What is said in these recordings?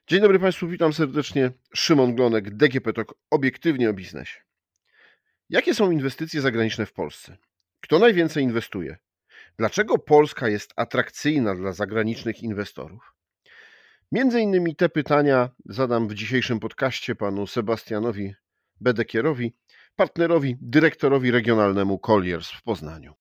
Dzień dobry Państwu, witam serdecznie. Szymon Glonek, DGP TOK, obiektywnie o biznesie. Jakie są inwestycje zagraniczne w Polsce? Kto najwięcej inwestuje? Dlaczego Polska jest atrakcyjna dla zagranicznych inwestorów? Między innymi te pytania zadam w dzisiejszym podcaście panu Sebastianowi Bedekierowi, partnerowi, dyrektorowi regionalnemu Colliers w Poznaniu.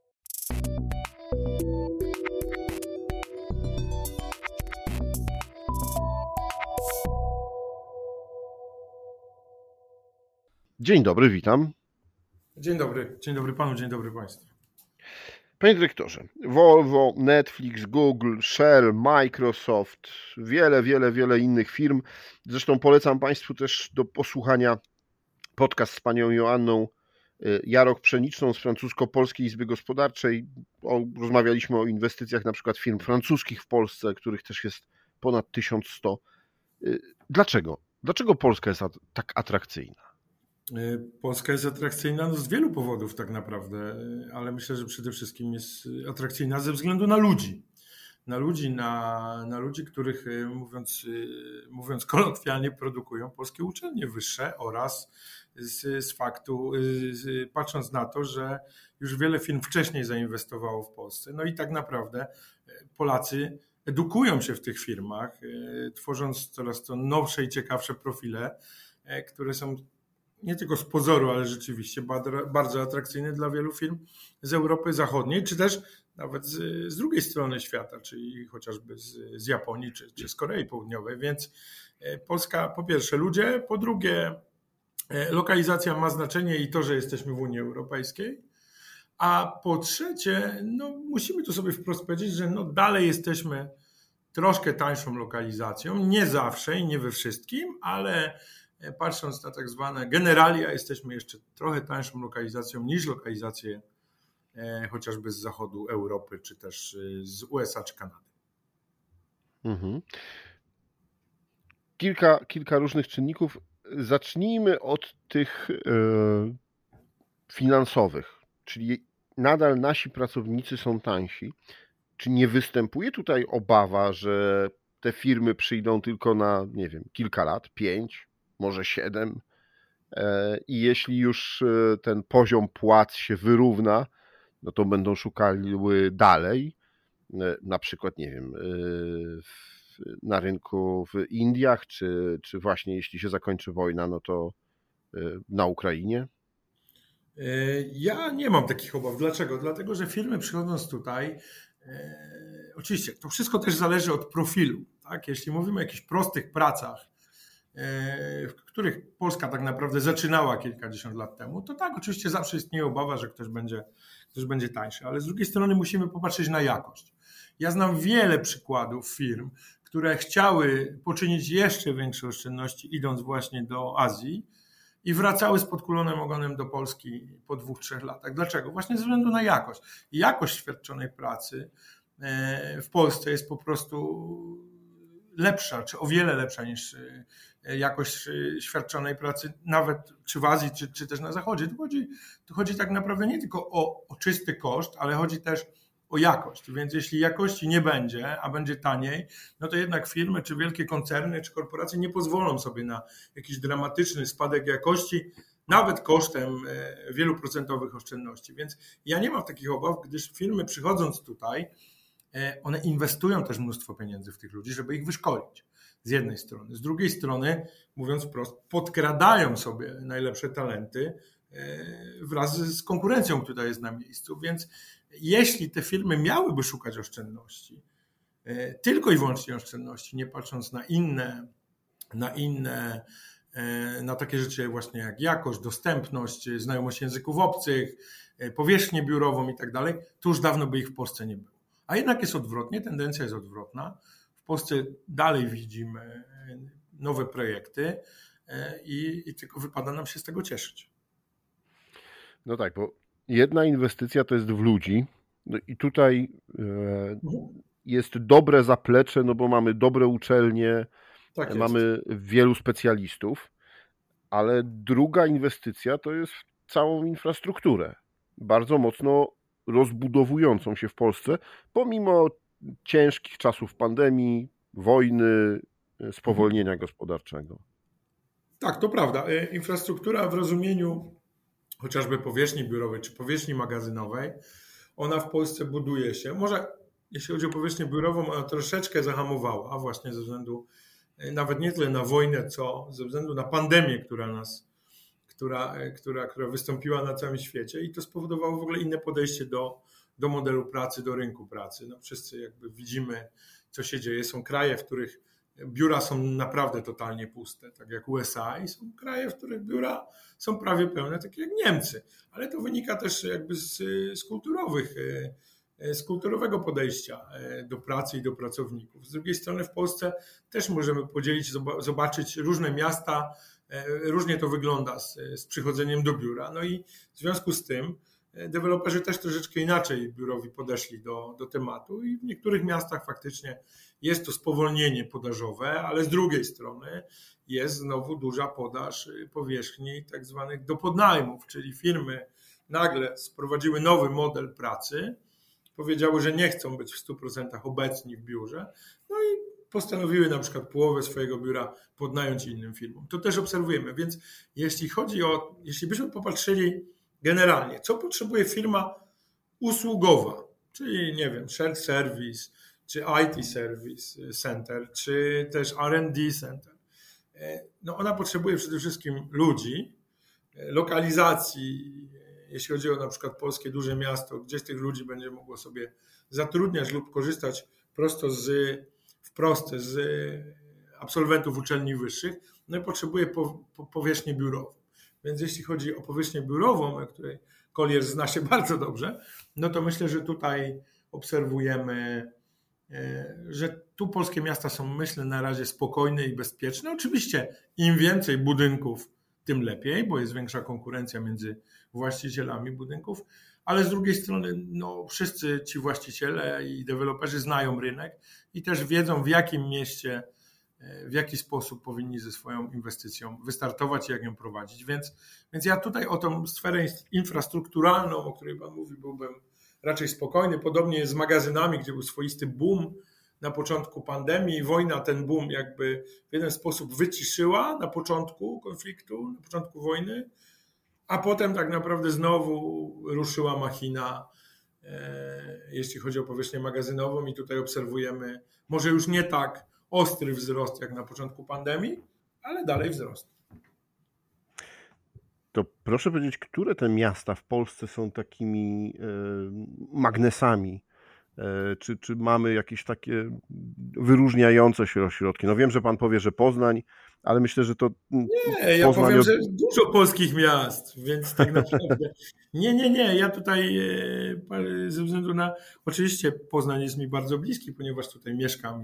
Dzień dobry, witam. Dzień dobry panu, dzień dobry państwu. Panie dyrektorze, Volvo, Netflix, Google, Shell, Microsoft, wiele innych firm. Zresztą polecam Państwu też do posłuchania podcast z panią Joanną Jarok-Pszeniczną z Francusko-Polskiej Izby Gospodarczej. Rozmawialiśmy o inwestycjach na przykład firm francuskich w Polsce, których też jest ponad 1100. Dlaczego? Dlaczego Polska jest tak atrakcyjna? Polska jest atrakcyjna z wielu powodów tak naprawdę, ale myślę, że przede wszystkim jest atrakcyjna ze względu na ludzi. Na ludzi, których mówiąc kolokwialnie produkują polskie uczelnie wyższe oraz z faktu, patrząc na to, że już wiele firm wcześniej zainwestowało w Polsce. No i tak naprawdę Polacy edukują się w tych firmach, tworząc coraz to nowsze i ciekawsze profile, które są nie tylko z pozoru, ale rzeczywiście bardzo atrakcyjne dla wielu firm z Europy Zachodniej, czy też nawet z drugiej strony świata, czyli chociażby z Japonii, czy z Korei Południowej. Więc Polska, po pierwsze ludzie, po drugie lokalizacja ma znaczenie i to, że jesteśmy w Unii Europejskiej, a po trzecie musimy tu sobie wprost powiedzieć, że dalej jesteśmy troszkę tańszą lokalizacją, nie zawsze i nie we wszystkim, ale patrząc na tak zwane generalia, jesteśmy jeszcze trochę tańszą lokalizacją niż lokalizacje chociażby z zachodu Europy, czy też z USA, czy Kanady. Mhm. Kilka różnych czynników. Zacznijmy od tych finansowych, czyli nadal nasi pracownicy są tańsi. Czy nie występuje tutaj obawa, że te firmy przyjdą tylko na, nie wiem, kilka lat, 5, może 7 i jeśli już ten poziom płac się wyrówna, no to będą szukały dalej, na przykład, nie wiem, na rynku w Indiach, czy właśnie jeśli się zakończy wojna, no to na Ukrainie? Ja nie mam takich obaw. Dlaczego? Dlatego, że firmy przychodząc tutaj, oczywiście to wszystko też zależy od profilu. Tak? Jeśli mówimy o jakichś prostych pracach, w których Polska tak naprawdę zaczynała kilkadziesiąt lat temu, to tak, oczywiście zawsze istnieje obawa, że ktoś będzie tańszy, ale z drugiej strony musimy popatrzeć na jakość. Ja znam wiele przykładów firm, które chciały poczynić jeszcze większe oszczędności, idąc właśnie do Azji i wracały z podkulonym ogonem do Polski po 2-3 latach. Dlaczego? Właśnie ze względu na jakość. Jakość świadczonej pracy w Polsce jest po prostu lepsza, czy o wiele lepsza niż jakość świadczonej pracy, nawet czy w Azji, czy też na Zachodzie. Tu chodzi tak naprawdę nie tylko o czysty koszt, ale chodzi też o jakość. Więc jeśli jakości nie będzie, a będzie taniej, no to jednak firmy, czy wielkie koncerny, czy korporacje nie pozwolą sobie na jakiś dramatyczny spadek jakości, nawet kosztem wielu procentowych oszczędności. Więc ja nie mam takich obaw, gdyż firmy przychodząc tutaj, one inwestują też mnóstwo pieniędzy w tych ludzi, żeby ich wyszkolić. Z jednej strony. Z drugiej strony, mówiąc wprost, podkradają sobie najlepsze talenty wraz z konkurencją, która jest na miejscu. Więc jeśli te firmy miałyby szukać oszczędności, tylko i wyłącznie oszczędności, nie patrząc na takie rzeczy właśnie jak jakość, dostępność, znajomość języków obcych, powierzchnię biurową i tak dalej, to już dawno by ich w Polsce nie było. A jednak jest odwrotnie, tendencja jest odwrotna. W Polsce dalej widzimy nowe projekty i tylko wypada nam się z tego cieszyć. No tak, bo jedna inwestycja to jest w ludzi, no i tutaj jest dobre zaplecze, no bo mamy dobre uczelnie, tak mamy wielu specjalistów, ale druga inwestycja to jest w całą infrastrukturę, bardzo mocno rozbudowującą się w Polsce, pomimo ciężkich czasów pandemii, wojny, spowolnienia gospodarczego. Tak, to prawda. Infrastruktura w rozumieniu chociażby powierzchni biurowej czy powierzchni magazynowej, ona w Polsce buduje się. Może jeśli chodzi o powierzchnię biurową, ona troszeczkę zahamowała, a właśnie ze względu nawet nie tyle na wojnę, co ze względu na pandemię, która wystąpiła na całym świecie i to spowodowało w ogóle inne podejście do modelu pracy, do rynku pracy. No, wszyscy jakby widzimy, co się dzieje. Są kraje, w których biura są naprawdę totalnie puste, tak jak USA, i są kraje, w których biura są prawie pełne, takie jak Niemcy. Ale to wynika też jakby z kulturowego podejścia do pracy i do pracowników. Z drugiej strony w Polsce też możemy podzielić, zobaczyć różne miasta, różnie to wygląda z przychodzeniem do biura. No i w związku z tym deweloperzy też troszeczkę inaczej biurowi podeszli do tematu i w niektórych miastach faktycznie jest to spowolnienie podażowe, ale z drugiej strony jest znowu duża podaż powierzchni tak zwanych do podnajmów, czyli firmy nagle sprowadziły nowy model pracy, powiedziały, że nie chcą być w 100% obecni w biurze, no i postanowiły na przykład połowę swojego biura podnająć innym firmom. To też obserwujemy, więc jeśli byśmy popatrzyli generalnie, co potrzebuje firma usługowa, czyli nie wiem, shared service, czy IT service center, czy też R&D center, no ona potrzebuje przede wszystkim ludzi, lokalizacji, jeśli chodzi o na przykład polskie duże miasto, gdzieś tych ludzi będzie mogło sobie zatrudniać lub korzystać wprost z absolwentów uczelni wyższych, no i potrzebuje powierzchnię biurową. Więc jeśli chodzi o powierzchnię biurową, o której Colliers zna się bardzo dobrze, no to myślę, że tutaj obserwujemy, że tu polskie miasta są, myślę, na razie spokojne i bezpieczne. Oczywiście im więcej budynków, tym lepiej, bo jest większa konkurencja między właścicielami budynków, ale z drugiej strony no, wszyscy ci właściciele i deweloperzy znają rynek i też wiedzą, w jakim mieście, w jaki sposób powinni ze swoją inwestycją wystartować i jak ją prowadzić. Więc ja tutaj o tą sferę infrastrukturalną, o której Pan mówi, byłbym raczej spokojny. Podobnie jest z magazynami, gdzie był swoisty boom na początku pandemii. Wojna ten boom jakby w jeden sposób wyciszyła na początku konfliktu, na początku wojny, a potem tak naprawdę znowu ruszyła machina, jeśli chodzi o powierzchnię magazynową i tutaj obserwujemy może już nie tak ostry wzrost jak na początku pandemii, ale dalej wzrost. To proszę powiedzieć, które te miasta w Polsce są takimi magnesami? Czy mamy jakieś takie wyróżniające się ośrodki? No wiem, że Pan powie, że Poznań, ale myślę, że to... Nie, ja powiem, że dużo polskich miast, więc tak naprawdę... Nie, ja tutaj ze względu na... Oczywiście Poznań jest mi bardzo bliski, ponieważ tutaj mieszkam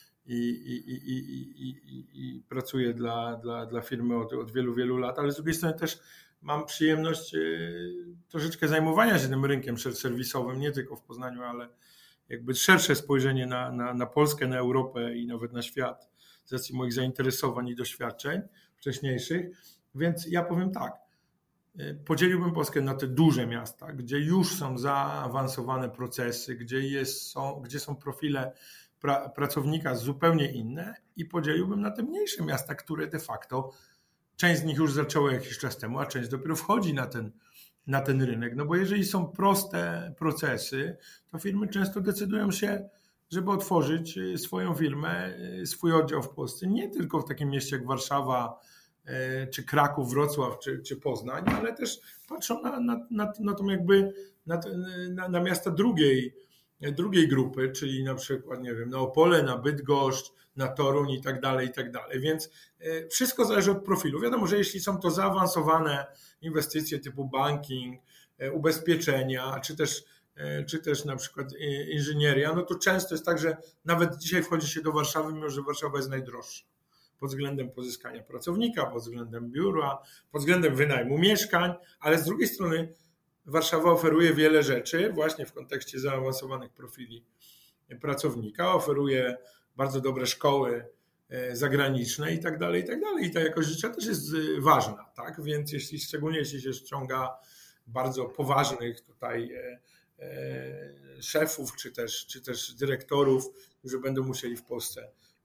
i pracuję dla firmy od wielu, wielu lat, ale z drugiej strony też mam przyjemność troszeczkę zajmowania się tym rynkiem serwisowym, nie tylko w Poznaniu, ale jakby szersze spojrzenie na Polskę, na Europę i nawet na świat z racji moich zainteresowań i doświadczeń wcześniejszych. Więc ja powiem tak, podzieliłbym Polskę na te duże miasta, gdzie już są zaawansowane procesy, gdzie są profile pracownika zupełnie inne i podzieliłbym na te mniejsze miasta, które de facto część z nich już zaczęła jakiś czas temu, a część dopiero wchodzi na ten rynek. No bo jeżeli są proste procesy, to firmy często decydują się, żeby otworzyć swoją firmę, swój oddział w Polsce, nie tylko w takim mieście jak Warszawa, czy Kraków, Wrocław, czy Poznań, ale też patrzą na tą jakby na miasta drugiej grupy, czyli na przykład, nie wiem, na Opole, na Bydgoszcz, na Toruń i tak dalej, i tak dalej. Więc wszystko zależy od profilu. Wiadomo, że jeśli są to zaawansowane inwestycje typu banking, ubezpieczenia, czy też na przykład inżynieria, no to często jest tak, że nawet dzisiaj wchodzi się do Warszawy, mimo że Warszawa jest najdroższa pod względem pozyskania pracownika, pod względem biura, pod względem wynajmu mieszkań, ale z drugiej strony Warszawa oferuje wiele rzeczy właśnie w kontekście zaawansowanych profili pracownika, oferuje bardzo dobre szkoły zagraniczne i tak dalej, i tak dalej. I ta jakość życia też jest ważna, tak? Więc szczególnie jeśli się ściąga bardzo poważnych tutaj szefów, czy też dyrektorów, którzy będą musieli w Polsce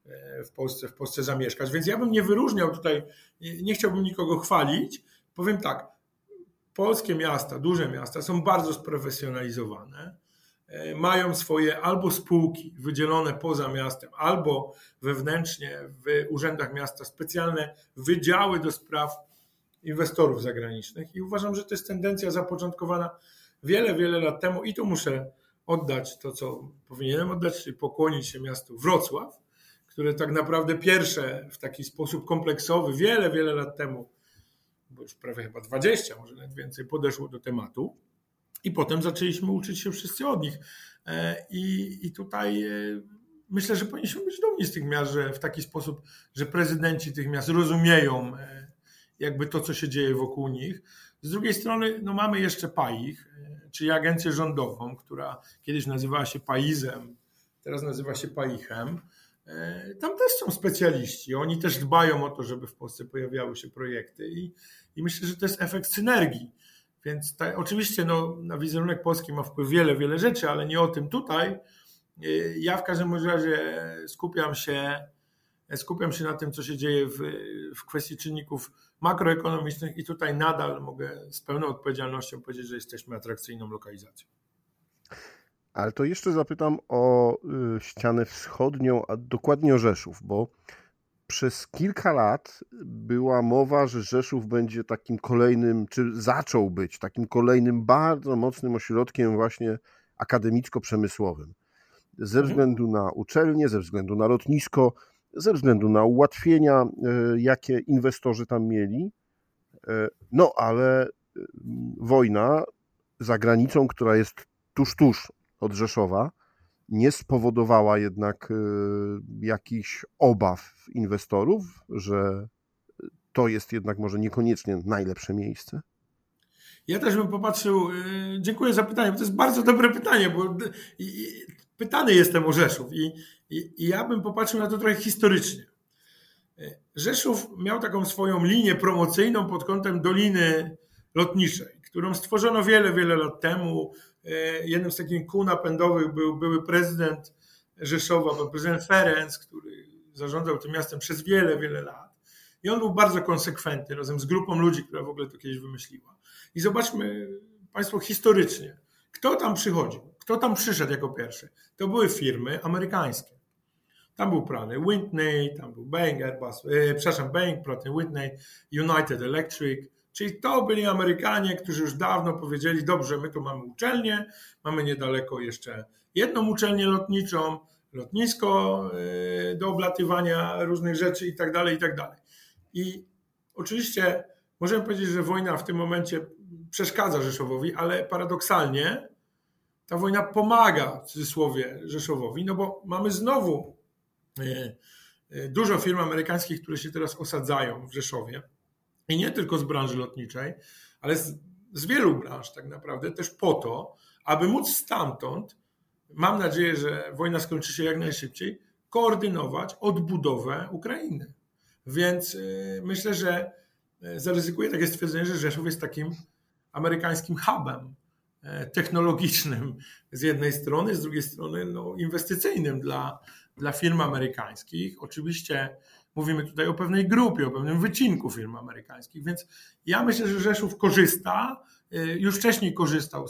w Polsce zamieszkać. Więc ja bym nie wyróżniał tutaj, nie chciałbym nikogo chwalić. Powiem tak, polskie miasta, duże miasta są bardzo sprofesjonalizowane. Mają swoje albo spółki wydzielone poza miastem, albo wewnętrznie w urzędach miasta specjalne wydziały do spraw inwestorów zagranicznych. I uważam, że to jest tendencja zapoczątkowana wiele, wiele lat temu i tu muszę oddać to, co powinienem oddać, czyli pokłonić się miastu Wrocław, które tak naprawdę pierwsze w taki sposób kompleksowy wiele, wiele lat temu, bo już prawie chyba 20, może nawet więcej, podeszło do tematu i potem zaczęliśmy uczyć się wszyscy od nich. I tutaj myślę, że powinniśmy być dumni z tych miast, że w taki sposób, że prezydenci tych miast rozumieją jakby to, co się dzieje wokół nich. Z drugiej strony no mamy jeszcze PAIH, czyli agencję rządową, która kiedyś nazywała się PAIZ-em, teraz nazywa się PAIH-em. Tam też są specjaliści, oni też dbają o to, żeby w Polsce pojawiały się projekty i myślę, że to jest efekt synergii. Więc oczywiście no, na wizerunek Polski ma wpływ wiele, wiele rzeczy, ale nie o tym tutaj. Ja w każdym razie skupiam się na tym, co się dzieje w kwestii czynników makroekonomicznych i tutaj nadal mogę z pełną odpowiedzialnością powiedzieć, że jesteśmy atrakcyjną lokalizacją. Ale to jeszcze zapytam o ścianę wschodnią, a dokładnie o Rzeszów, bo przez kilka lat była mowa, że Rzeszów będzie takim kolejnym, czy zaczął być takim kolejnym bardzo mocnym ośrodkiem właśnie akademicko-przemysłowym. Ze względu na uczelnie, ze względu na lotnisko, ze względu na ułatwienia, jakie inwestorzy tam mieli. No ale wojna za granicą, która jest tuż od Rzeszowa, nie spowodowała jednak jakichś obaw inwestorów, że to jest jednak może niekoniecznie najlepsze miejsce? Ja też bym popatrzył, dziękuję za pytanie, bo to jest bardzo dobre pytanie, bo pytany jestem o Rzeszów i ja bym popatrzył na to trochę historycznie. Rzeszów miał taką swoją linię promocyjną pod kątem Doliny Lotniczej, którą stworzono wiele, wiele lat temu. Jednym z takich kół napędowych był były prezydent Rzeszowa, pan prezydent Ferenc, który zarządzał tym miastem przez wiele, wiele lat. I on był bardzo konsekwentny razem z grupą ludzi, która w ogóle to kiedyś wymyśliła. I zobaczmy Państwo historycznie, kto tam przychodził, kto tam przyszedł jako pierwszy. To były firmy amerykańskie. Tam był Pratt Whitney, tam był Boeing, Pratt Whitney, United Electric, czyli to byli Amerykanie, którzy już dawno powiedzieli, dobrze, my tu mamy uczelnię, mamy niedaleko jeszcze jedną uczelnię lotniczą, lotnisko do oblatywania różnych rzeczy i tak dalej, i tak dalej. I oczywiście możemy powiedzieć, że wojna w tym momencie przeszkadza Rzeszowowi, ale paradoksalnie ta wojna pomaga, w cudzysłowie, Rzeszowowi, no bo mamy znowu dużo firm amerykańskich, które się teraz osadzają w Rzeszowie i nie tylko z branży lotniczej, ale z wielu branż tak naprawdę też po to, aby móc stamtąd, mam nadzieję, że wojna skończy się jak najszybciej, koordynować odbudowę Ukrainy. Więc myślę, że zaryzykuję takie stwierdzenie, że Rzeszów jest takim amerykańskim hubem technologicznym z jednej strony, z drugiej strony no, inwestycyjnym dla firm amerykańskich. Oczywiście mówimy tutaj o pewnej grupie, o pewnym wycinku firm amerykańskich, więc ja myślę, że Rzeszów korzysta, już wcześniej korzystał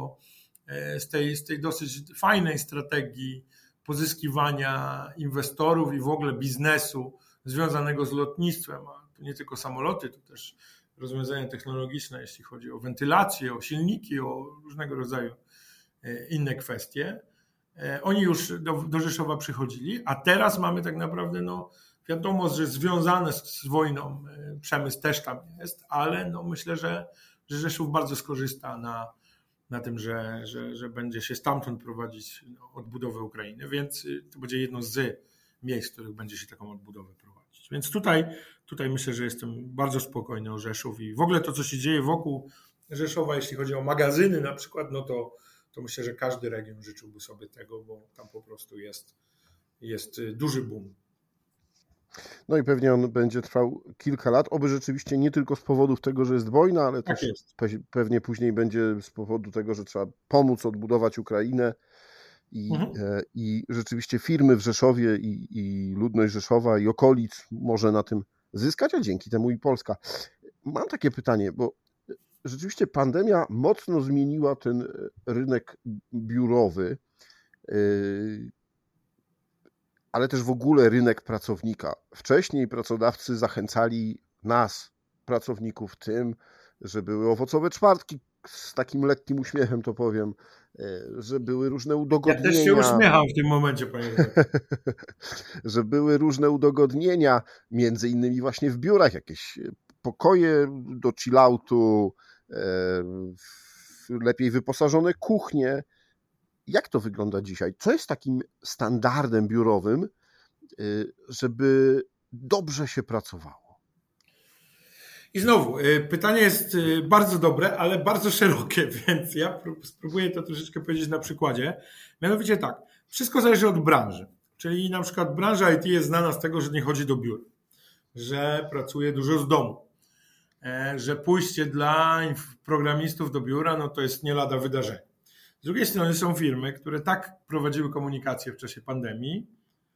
z tej dosyć fajnej strategii pozyskiwania inwestorów i w ogóle biznesu związanego z lotnictwem, a to nie tylko samoloty, to też rozwiązania technologiczne, jeśli chodzi o wentylację, o silniki, o różnego rodzaju inne kwestie. Oni już do Rzeszowa przychodzili, a teraz mamy tak naprawdę, no wiadomo, że związane z wojną przemysł też tam jest, ale no myślę, że Rzeszów bardzo skorzysta na tym, że będzie się stamtąd prowadzić odbudowę Ukrainy, więc to będzie jedno z miejsc, w których będzie się taką odbudowę prowadzić. Więc tutaj myślę, że jestem bardzo spokojny o Rzeszów i w ogóle to, co się dzieje wokół Rzeszowa, jeśli chodzi o magazyny na przykład, no to myślę, że każdy region życzyłby sobie tego, bo tam po prostu jest duży boom. No i pewnie on będzie trwał kilka lat, oby rzeczywiście nie tylko z powodów tego, że jest wojna, ale tak też pewnie później będzie z powodu tego, że trzeba pomóc odbudować Ukrainę i rzeczywiście firmy w Rzeszowie i ludność Rzeszowa i okolic może na tym zyskać, a dzięki temu i Polska. Mam takie pytanie, bo rzeczywiście pandemia mocno zmieniła ten rynek biurowy, ale też w ogóle rynek pracownika. Wcześniej pracodawcy zachęcali nas, pracowników, tym, że były owocowe czwartki, z takim lekkim uśmiechem to powiem, że były różne udogodnienia. Ja też się uśmiecham w tym momencie, panie że były różne udogodnienia, między innymi właśnie w biurach, jakieś pokoje do chilloutu, lepiej wyposażone kuchnie. Jak to wygląda dzisiaj? Co jest takim standardem biurowym, żeby dobrze się pracowało? I znowu, pytanie jest bardzo dobre, ale bardzo szerokie, więc ja spróbuję to troszeczkę powiedzieć na przykładzie. Mianowicie tak, wszystko zależy od branży. Czyli na przykład branża IT jest znana z tego, że nie chodzi do biura, że pracuje dużo z domu, że pójście dla programistów do biura, no to jest nie lada wydarzenie. Z drugiej strony są firmy, które tak prowadziły komunikację w czasie pandemii,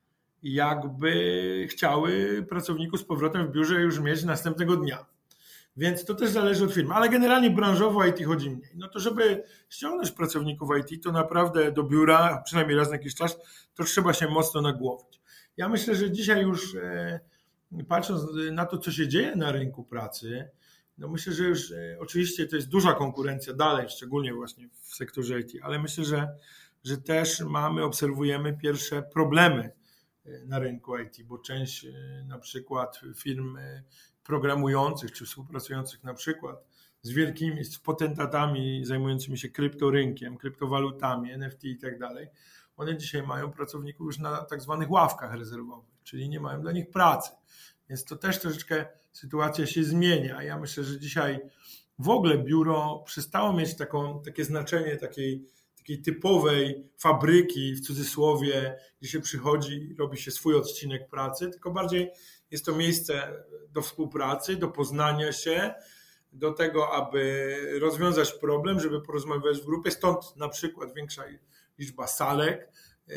jakby chciały pracowników z powrotem w biurze już mieć następnego dnia. Więc to też zależy od firmy, ale generalnie branżowo IT chodzi mniej. No to żeby ściągnąć pracowników IT, to naprawdę do biura, przynajmniej raz na jakiś czas, to trzeba się mocno nagłowić. Ja myślę, że dzisiaj już patrząc na to, co się dzieje na rynku pracy, no myślę, że już oczywiście to jest duża konkurencja dalej, szczególnie właśnie w sektorze IT, ale myślę, że też obserwujemy pierwsze problemy na rynku IT, bo część na przykład firm programujących czy współpracujących na przykład z wielkimi, z potentatami zajmującymi się kryptorynkiem, kryptowalutami, NFT i tak dalej, one dzisiaj mają pracowników już na tak zwanych ławkach rezerwowych, czyli nie mają dla nich pracy. Więc to też troszeczkę sytuacja się zmienia. Ja myślę, że dzisiaj w ogóle biuro przestało mieć takie znaczenie takiej typowej fabryki, w cudzysłowie, gdzie się przychodzi, robi się swój odcinek pracy, tylko bardziej jest to miejsce do współpracy, do poznania się, do tego, aby rozwiązać problem, żeby porozmawiać w grupie. Stąd na przykład większa liczba salek,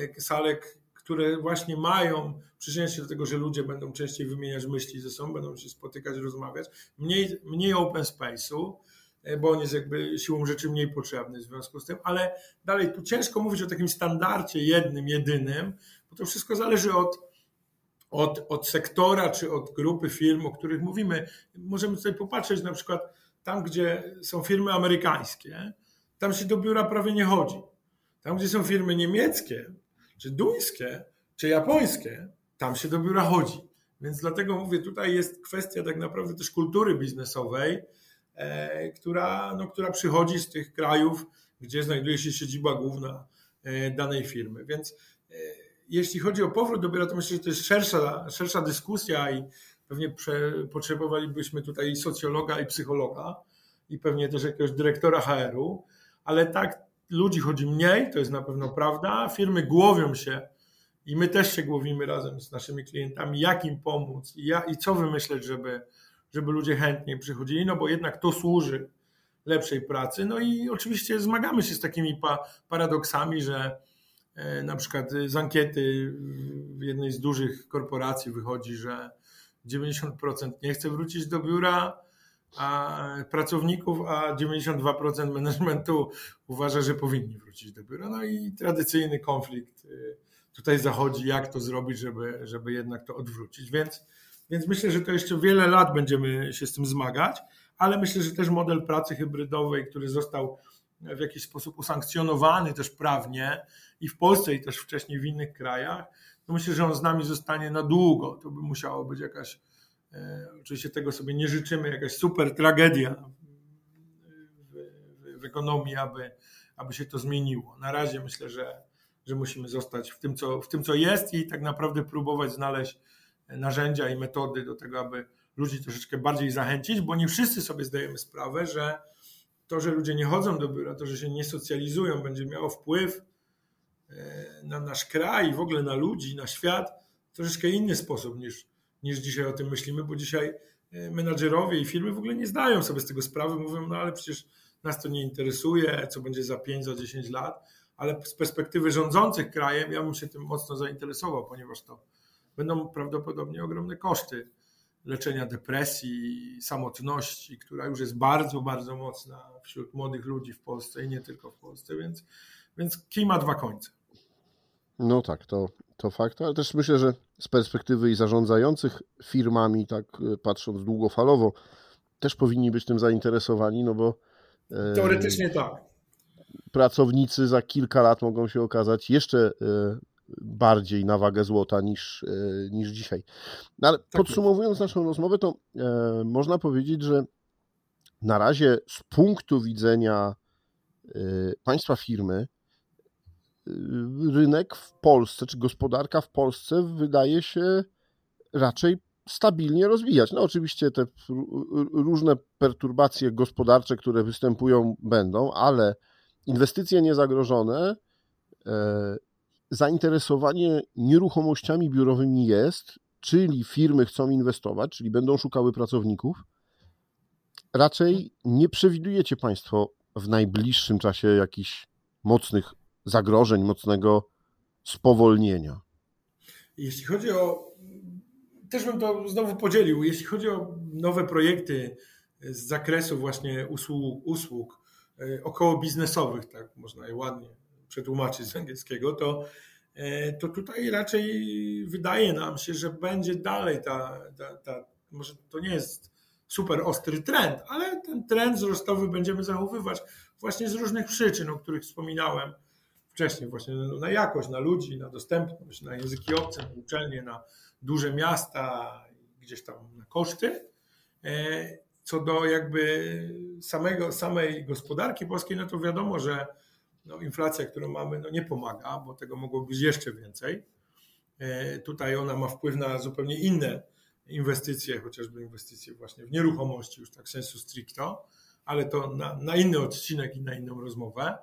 które właśnie przyczyniać się do tego, że ludzie będą częściej wymieniać myśli ze sobą, będą się spotykać, rozmawiać. Mniej open space'u, bo on jest jakby siłą rzeczy mniej potrzebny w związku z tym, ale dalej tu ciężko mówić o takim standardzie jednym, jedynym, bo to wszystko zależy od sektora czy od grupy firm, o których mówimy. Możemy tutaj popatrzeć na przykład tam, gdzie są firmy amerykańskie, tam się do biura prawie nie chodzi. Tam, gdzie są firmy niemieckie, czy duńskie, czy japońskie, tam się do biura chodzi. Więc dlatego mówię, tutaj jest kwestia tak naprawdę też kultury biznesowej, która przychodzi z tych krajów, gdzie znajduje się siedziba główna danej firmy. Więc jeśli chodzi o powrót do biura, to myślę, że to jest szersza dyskusja i pewnie potrzebowalibyśmy tutaj i socjologa, i psychologa, i pewnie też jakiegoś dyrektora HR-u, ale tak, ludzi chodzi mniej, to jest na pewno prawda, firmy głowią się i my też się głowimy razem z naszymi klientami, jak im pomóc i co wymyśleć, żeby ludzie chętniej przychodzili, no bo jednak to służy lepszej pracy. No i oczywiście zmagamy się z takimi paradoksami, że na przykład z ankiety w jednej z dużych korporacji wychodzi, że 90% nie chce wrócić do biura, pracowników, a 92% managementu uważa, że powinni wrócić do biura. No i tradycyjny konflikt tutaj zachodzi, jak to zrobić, żeby jednak to odwrócić. Więc myślę, że to jeszcze wiele lat będziemy się z tym zmagać, ale myślę, że też model pracy hybrydowej, który został w jakiś sposób usankcjonowany też prawnie i w Polsce, i też wcześniej w innych krajach, to myślę, że on z nami zostanie na długo. To by musiało być jakaś, oczywiście tego sobie nie życzymy, jakaś super tragedia w ekonomii, aby się to zmieniło. Na razie myślę, że musimy zostać w tym, co jest i tak naprawdę próbować znaleźć narzędzia i metody do tego, aby ludzi troszeczkę bardziej zachęcić, bo nie wszyscy sobie zdajemy sprawę, że to, że ludzie nie chodzą do biura, to, że się nie socjalizują, będzie miało wpływ na nasz kraj i w ogóle na ludzi, na świat w troszeczkę inny sposób niż dzisiaj o tym myślimy, bo dzisiaj menadżerowie i firmy w ogóle nie zdają sobie z tego sprawy, mówią, no ale przecież nas to nie interesuje, co będzie za 5, za 10 lat, ale z perspektywy rządzących krajem ja bym się tym mocno zainteresował, ponieważ to będą prawdopodobnie ogromne koszty leczenia depresji, samotności, która już jest bardzo, bardzo mocna wśród młodych ludzi w Polsce i nie tylko w Polsce, więc kij ma dwa końce. No tak, to fakt, ale też myślę, że z perspektywy i zarządzających firmami, tak patrząc długofalowo, też powinni być tym zainteresowani, no bo Teoretycznie tak. Pracownicy za kilka lat mogą się okazać jeszcze bardziej na wagę złota niż dzisiaj. No ale podsumowując naszą rozmowę, to można powiedzieć, że na razie z punktu widzenia państwa firmy rynek w Polsce, czy gospodarka w Polsce wydaje się raczej stabilnie rozwijać. No oczywiście te różne perturbacje gospodarcze, które występują, będą, ale inwestycje niezagrożone, zainteresowanie nieruchomościami biurowymi jest, czyli firmy chcą inwestować, czyli będą szukały pracowników. Raczej nie przewidujecie Państwo w najbliższym czasie jakichś mocnych zagrożeń, mocnego spowolnienia. Jeśli chodzi o, też bym to znowu podzielił, jeśli chodzi o nowe projekty z zakresu właśnie usług około biznesowych, tak można je ładnie przetłumaczyć z angielskiego, to tutaj raczej wydaje nam się, że będzie dalej może to nie jest super ostry trend, ale ten trend wzrostowy będziemy zachowywać właśnie z różnych przyczyn, o których wspominałem wcześniej, właśnie na jakość, na ludzi, na dostępność, na języki obce, na uczelnie, na duże miasta, gdzieś tam na koszty. Co do jakby samej gospodarki polskiej, no to wiadomo, że inflacja, którą mamy, nie pomaga, bo tego mogło być jeszcze więcej. Tutaj ona ma wpływ na zupełnie inne inwestycje, chociażby inwestycje właśnie w nieruchomości, już tak sensu stricto, ale to na inny odcinek i na inną rozmowę.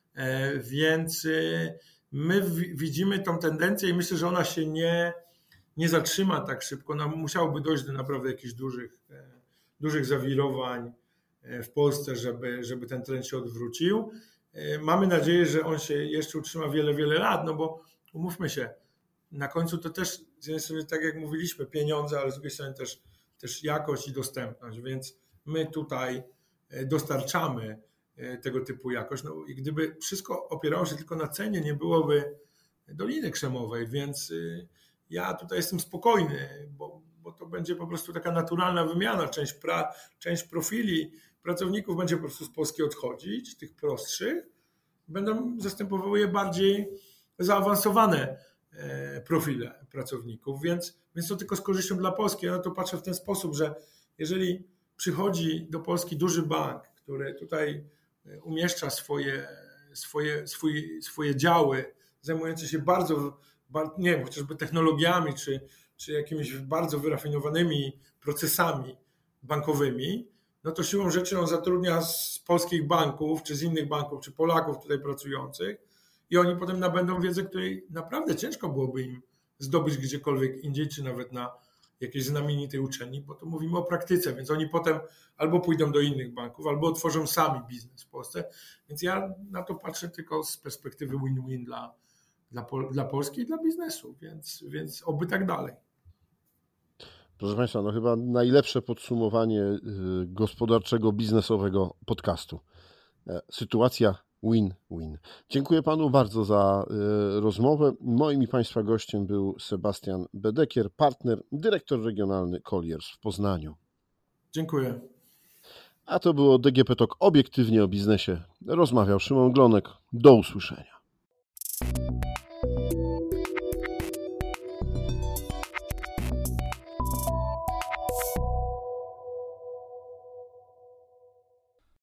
Więc my widzimy tą tendencję i myślę, że ona się nie zatrzyma tak szybko. Musiałoby dojść do naprawdę jakichś dużych zawirowań w Polsce, żeby ten trend się odwrócił. Mamy nadzieję, że on się jeszcze utrzyma wiele, wiele lat, no bo umówmy się, na końcu to też z jednej strony, tak jak mówiliśmy, pieniądze, ale z drugiej strony też jakość i dostępność, więc my tutaj dostarczamy tego typu jakość. No i gdyby wszystko opierało się tylko na cenie, nie byłoby Doliny Krzemowej, więc ja tutaj jestem spokojny, bo to będzie po prostu taka naturalna wymiana. Część profili pracowników będzie po prostu z Polski odchodzić, tych prostszych, będą zastępowały je bardziej zaawansowane profile pracowników, więc to tylko z korzyścią dla Polski. Ja na to patrzę w ten sposób, że jeżeli przychodzi do Polski duży bank, który tutaj umieszcza swoje działy, zajmujące się bardzo, nie wiem, chociażby technologiami, czy jakimiś bardzo wyrafinowanymi procesami bankowymi, no to siłą rzeczy on zatrudnia z polskich banków, czy z innych banków, czy Polaków tutaj pracujących i oni potem nabędą wiedzę, której naprawdę ciężko byłoby im zdobyć gdziekolwiek indziej, czy nawet na jakiejś znamienitej uczelni, bo to mówimy o praktyce, więc oni potem albo pójdą do innych banków, albo otworzą sami biznes w Polsce. Więc ja na to patrzę tylko z perspektywy win-win dla Polski i dla biznesu, więc oby tak dalej. Proszę Państwa, chyba najlepsze podsumowanie gospodarczego, biznesowego podcastu. Sytuacja win-win. Dziękuję Panu bardzo za rozmowę. Moim i Państwa gościem był Sebastian Bedekier, partner, dyrektor regionalny Colliers w Poznaniu. Dziękuję. A to było DGP Talk obiektywnie o biznesie. Rozmawiał Szymon Glonek. Do usłyszenia.